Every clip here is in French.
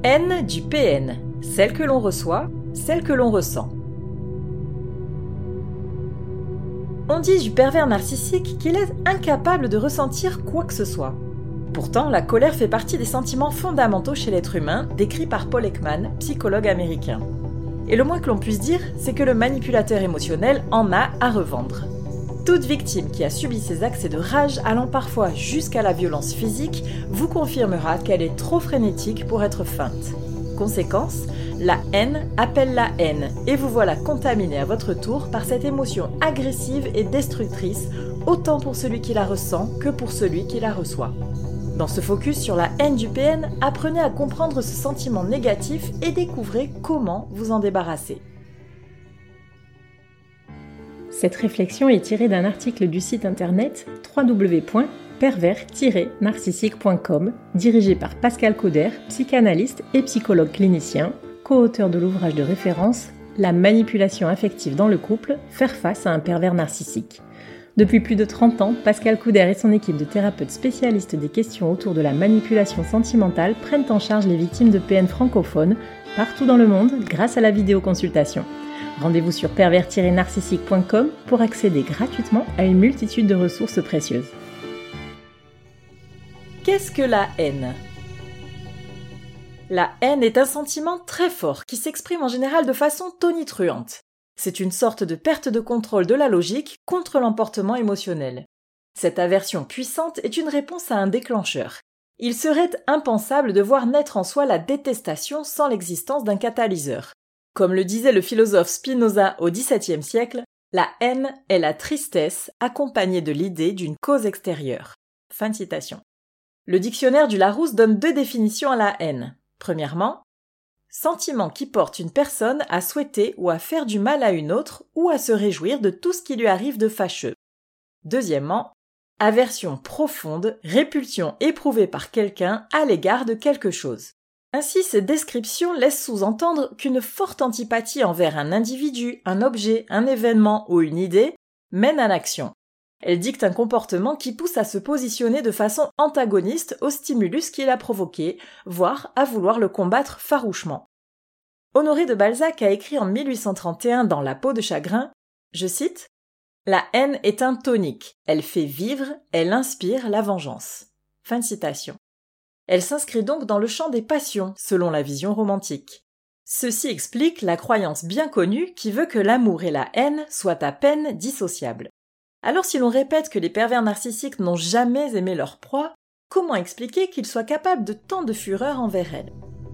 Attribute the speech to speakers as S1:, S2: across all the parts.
S1: haine du PN, celle que l'on reçoit, celle que l'on ressent. On dit du pervers narcissique qu'il est incapable de ressentir quoi que ce soit. Pourtant, la colère fait partie des sentiments fondamentaux chez l'être humain, décrits par Paul Ekman, psychologue américain. Et le moins que l'on puisse dire, c'est que le manipulateur émotionnel en a à revendre. Toute victime qui a subi ces accès de rage allant parfois jusqu'à la violence physique vous confirmera qu'elle est trop frénétique pour être feinte. Conséquence, la haine appelle la haine et vous voilà contaminé à votre tour par cette émotion agressive et destructrice, autant pour celui qui la ressent que pour celui qui la reçoit. Dans ce focus sur la haine du PN, apprenez à comprendre ce sentiment négatif et découvrez comment vous en débarrasser.
S2: Cette réflexion est tirée d'un article du site internet www.pervers-narcissique.com, dirigé par Pascal Cauder, psychanalyste et psychologue clinicien, co-auteur de l'ouvrage de référence « La manipulation affective dans le couple, faire face à un pervers narcissique ». Depuis plus de 30 ans, Pascal Cauder et son équipe de thérapeutes spécialistes des questions autour de la manipulation sentimentale prennent en charge les victimes de PN francophones partout dans le monde grâce à la vidéoconsultation. Rendez-vous sur pervers-narcissique.com pour accéder gratuitement à une multitude de ressources précieuses.
S1: Qu'est-ce que la haine ? La haine est un sentiment très fort qui s'exprime en général de façon tonitruante. C'est une sorte de perte de contrôle de la logique contre l'emportement émotionnel. Cette aversion puissante est une réponse à un déclencheur. Il serait impensable de voir naître en soi la détestation sans l'existence d'un catalyseur. Comme le disait le philosophe Spinoza au XVIIe siècle, la haine est la tristesse accompagnée de l'idée d'une cause extérieure. Fin de citation. Le dictionnaire du Larousse donne 2 définitions à la haine. Premièrement, sentiment qui porte une personne à souhaiter ou à faire du mal à une autre ou à se réjouir de tout ce qui lui arrive de fâcheux. Deuxièmement, aversion profonde, répulsion éprouvée par quelqu'un à l'égard de quelque chose. Ainsi, ces descriptions laissent sous-entendre qu'une forte antipathie envers un individu, un objet, un événement ou une idée mène à l'action. Elle dicte un comportement qui pousse à se positionner de façon antagoniste au stimulus qui l'a provoqué, voire à vouloir le combattre farouchement. Honoré de Balzac a écrit en 1831 dans La peau de chagrin, je cite, « La haine est un tonique, elle fait vivre, elle inspire la vengeance. » Fin de citation. Elle s'inscrit donc dans le champ des passions, selon la vision romantique. Ceci explique la croyance bien connue qui veut que l'amour et la haine soient à peine dissociables. Alors si l'on répète que les pervers narcissiques n'ont jamais aimé leur proie, comment expliquer qu'ils soient capables de tant de fureur envers elle ?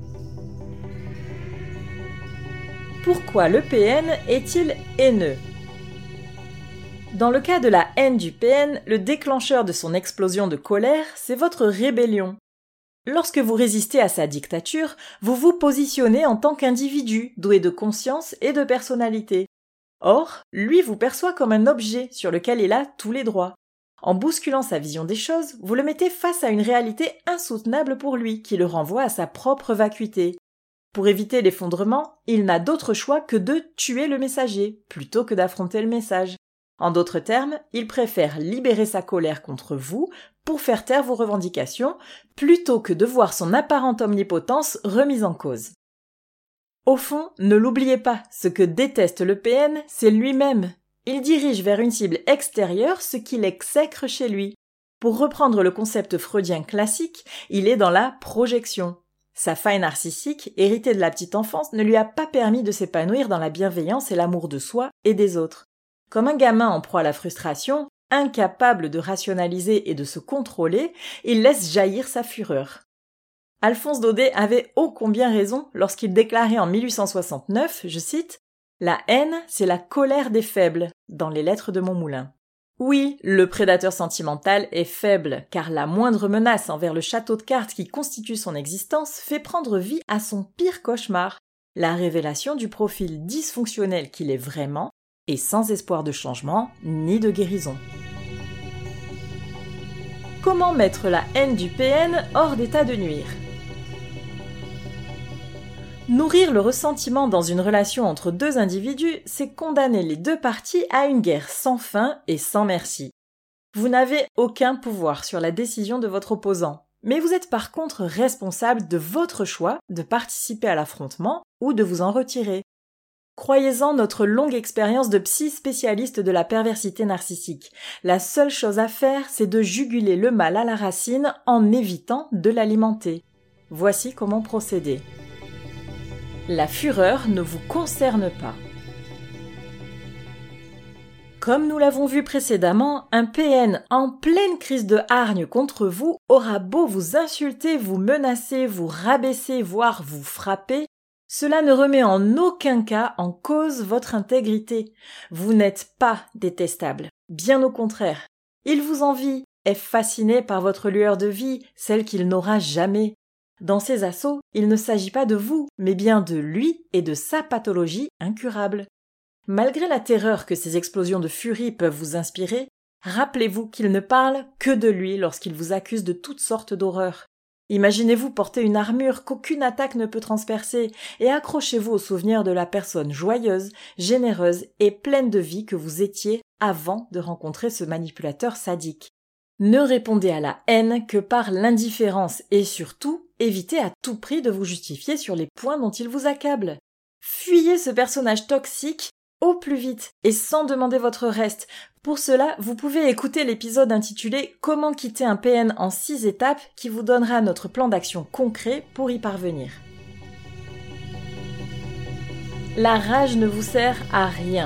S1: Pourquoi le PN est-il haineux ? Dans le cas de la haine du PN, le déclencheur de son explosion de colère, c'est votre rébellion. Lorsque vous résistez à sa dictature, vous vous positionnez en tant qu'individu, doué de conscience et de personnalité. Or, lui vous perçoit comme un objet sur lequel il a tous les droits. En bousculant sa vision des choses, vous le mettez face à une réalité insoutenable pour lui, qui le renvoie à sa propre vacuité. Pour éviter l'effondrement, il n'a d'autre choix que de tuer le messager, plutôt que d'affronter le message. En d'autres termes, il préfère libérer sa colère contre vous pour faire taire vos revendications, plutôt que de voir son apparente omnipotence remise en cause. Au fond, ne l'oubliez pas, ce que déteste le PN, c'est lui-même. Il dirige vers une cible extérieure ce qu'il exècre chez lui. Pour reprendre le concept freudien classique, il est dans la projection. Sa faille narcissique, héritée de la petite enfance, ne lui a pas permis de s'épanouir dans la bienveillance et l'amour de soi et des autres. Comme un gamin en proie à la frustration, incapable de rationaliser et de se contrôler, il laisse jaillir sa fureur. Alphonse Daudet avait ô combien raison lorsqu'il déclarait en 1869, je cite, « La haine, c'est la colère des faibles » dans les lettres de Montmoulin. Oui, le prédateur sentimental est faible, car la moindre menace envers le château de cartes qui constitue son existence fait prendre vie à son pire cauchemar, la révélation du profil dysfonctionnel qu'il est vraiment, et sans espoir de changement ni de guérison. Comment mettre la haine du PN hors d'état de nuire ? Nourrir le ressentiment dans une relation entre 2 individus, c'est condamner les 2 parties à une guerre sans fin et sans merci. Vous n'avez aucun pouvoir sur la décision de votre opposant. mais vous êtes par contre responsable de votre choix de participer à l'affrontement ou de vous en retirer. Croyez-en notre longue expérience de psy spécialiste de la perversité narcissique. La seule chose à faire, c'est de juguler le mal à la racine en évitant de l'alimenter. Voici comment procéder. La fureur ne vous concerne pas. Comme nous l'avons vu précédemment, un PN en pleine crise de hargne contre vous aura beau vous insulter, vous menacer, vous rabaisser, voire vous frapper, cela ne remet en aucun cas en cause votre intégrité. Vous n'êtes pas détestable, bien au contraire. Il vous envie, est fasciné par votre lueur de vie, celle qu'il n'aura jamais. Dans ses assauts, il ne s'agit pas de vous, mais bien de lui et de sa pathologie incurable. Malgré la terreur que ces explosions de furie peuvent vous inspirer, rappelez-vous qu'il ne parle que de lui lorsqu'il vous accuse de toutes sortes d'horreurs. Imaginez-vous porter une armure qu'aucune attaque ne peut transpercer et accrochez-vous au souvenir de la personne joyeuse, généreuse et pleine de vie que vous étiez avant de rencontrer ce manipulateur sadique. Ne répondez à la haine que par l'indifférence et surtout, évitez à tout prix de vous justifier sur les points dont il vous accable. Fuyez ce personnage toxique au plus vite et sans demander votre reste. Pour cela, vous pouvez écouter l'épisode intitulé « Comment quitter un PN en 6 étapes » qui vous donnera notre plan d'action concret pour y parvenir. La rage ne vous sert à rien.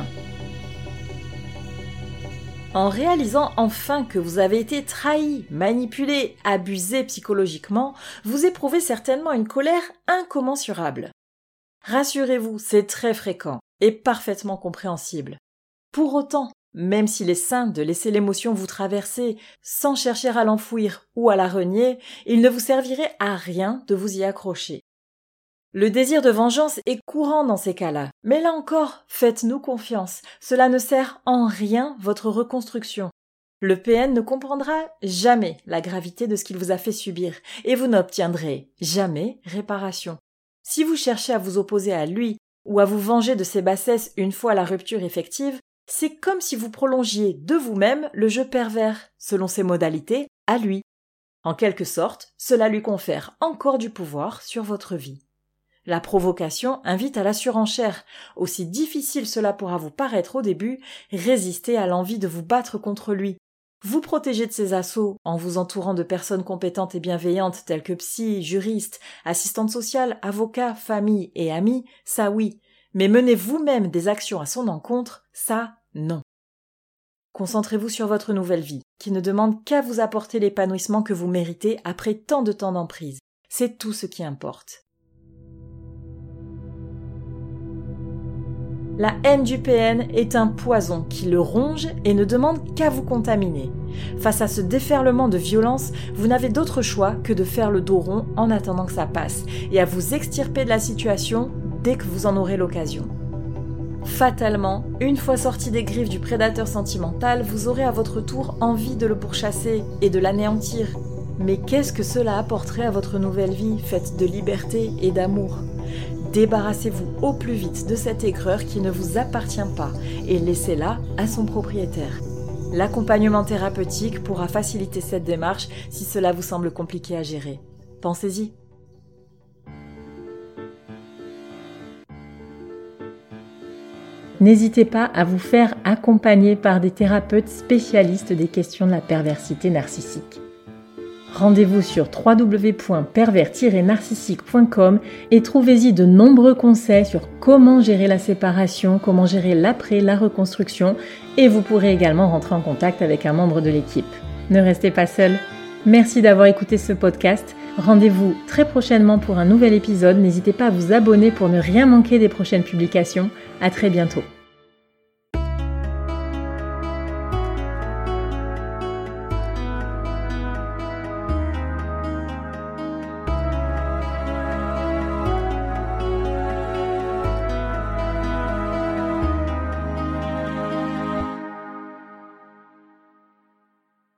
S1: En réalisant enfin que vous avez été trahi, manipulé, abusé psychologiquement, vous éprouvez certainement une colère incommensurable. Rassurez-vous, c'est très fréquent et parfaitement compréhensible. Pour autant, même s'il est sain de laisser l'émotion vous traverser sans chercher à l'enfouir ou à la renier, il ne vous servirait à rien de vous y accrocher. Le désir de vengeance est courant dans ces cas-là, mais là encore, faites-nous confiance, cela ne sert en rien votre reconstruction. Le PN ne comprendra jamais la gravité de ce qu'il vous a fait subir et vous n'obtiendrez jamais réparation. Si vous cherchez à vous opposer à lui ou à vous venger de ses bassesses une fois la rupture effective, c'est comme si vous prolongiez de vous-même le jeu pervers, selon ses modalités, à lui. En quelque sorte, cela lui confère encore du pouvoir sur votre vie. La provocation invite à la surenchère. Aussi difficile cela pourra vous paraître au début, résistez à l'envie de vous battre contre lui. Vous protégez de ses assauts en vous entourant de personnes compétentes et bienveillantes telles que psy, juristes, assistantes sociales, avocats, famille et amis, ça oui. Mais menez vous-même des actions à son encontre, ça non. Concentrez-vous sur votre nouvelle vie, qui ne demande qu'à vous apporter l'épanouissement que vous méritez après tant de temps d'emprise. C'est tout ce qui importe. La haine du PN est un poison qui le ronge et ne demande qu'à vous contaminer. Face à ce déferlement de violence, vous n'avez d'autre choix que de faire le dos rond en attendant que ça passe et à vous extirper de la situation dès que vous en aurez l'occasion. Fatalement, une fois sorti des griffes du prédateur sentimental, vous aurez à votre tour envie de le pourchasser et de l'anéantir. Mais qu'est-ce que cela apporterait à votre nouvelle vie faite de liberté et d'amour ? Débarrassez-vous au plus vite de cette aigreur qui ne vous appartient pas et laissez-la à son propriétaire. L'accompagnement thérapeutique pourra faciliter cette démarche si cela vous semble compliqué à gérer. Pensez-y.
S2: N'hésitez pas à vous faire accompagner par des thérapeutes spécialistes des questions de la perversité narcissique. Rendez-vous sur www.pervers-narcissique.com et trouvez-y de nombreux conseils sur comment gérer la séparation, comment gérer l'après, la reconstruction et vous pourrez également rentrer en contact avec un membre de l'équipe. Ne restez pas seul. Merci d'avoir écouté ce podcast. Rendez-vous très prochainement pour un nouvel épisode. N'hésitez pas à vous abonner pour ne rien manquer des prochaines publications. À très bientôt.